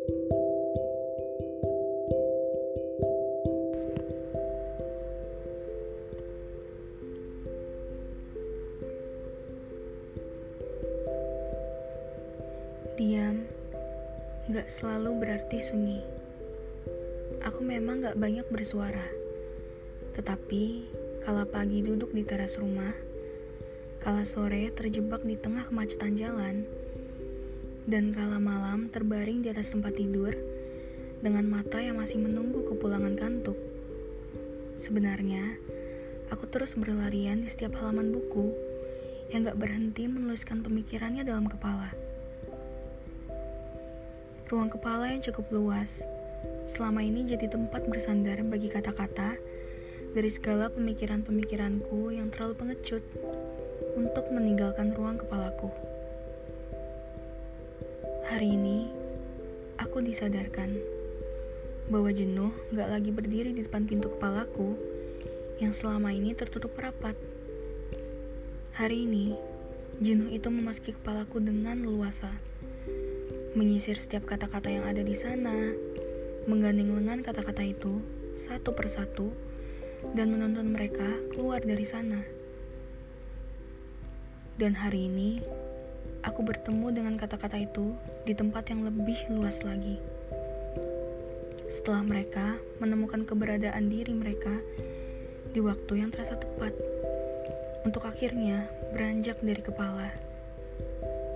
Diam gak selalu berarti sunyi. Aku memang gak banyak bersuara. Tetapi, kala pagi duduk di teras rumah, kala sore terjebak di tengah kemacetan jalan, dan kala malam terbaring di atas tempat tidur dengan mata yang masih menunggu kepulangan kantuk. Sebenarnya, aku terus berlarian di setiap halaman buku yang gak berhenti menuliskan pemikirannya dalam kepala. Ruang kepala yang cukup luas selama ini jadi tempat bersandar bagi kata-kata dari segala pemikiran-pemikiranku yang terlalu pengecut untuk meninggalkan ruang kepalaku. Hari ini, aku disadarkan bahwa jenuh gak lagi berdiri di depan pintu kepalaku yang selama ini tertutup rapat. Hari ini, jenuh itu memasuki kepalaku dengan leluasa, menyisir setiap kata-kata yang ada di sana, menggandeng lengan kata-kata itu satu persatu, dan menuntun mereka keluar dari sana. Dan hari ini, aku bertemu dengan kata-kata itu di tempat yang lebih luas lagi. Setelah mereka menemukan keberadaan diri mereka di waktu yang terasa tepat, untuk akhirnya beranjak dari kepala.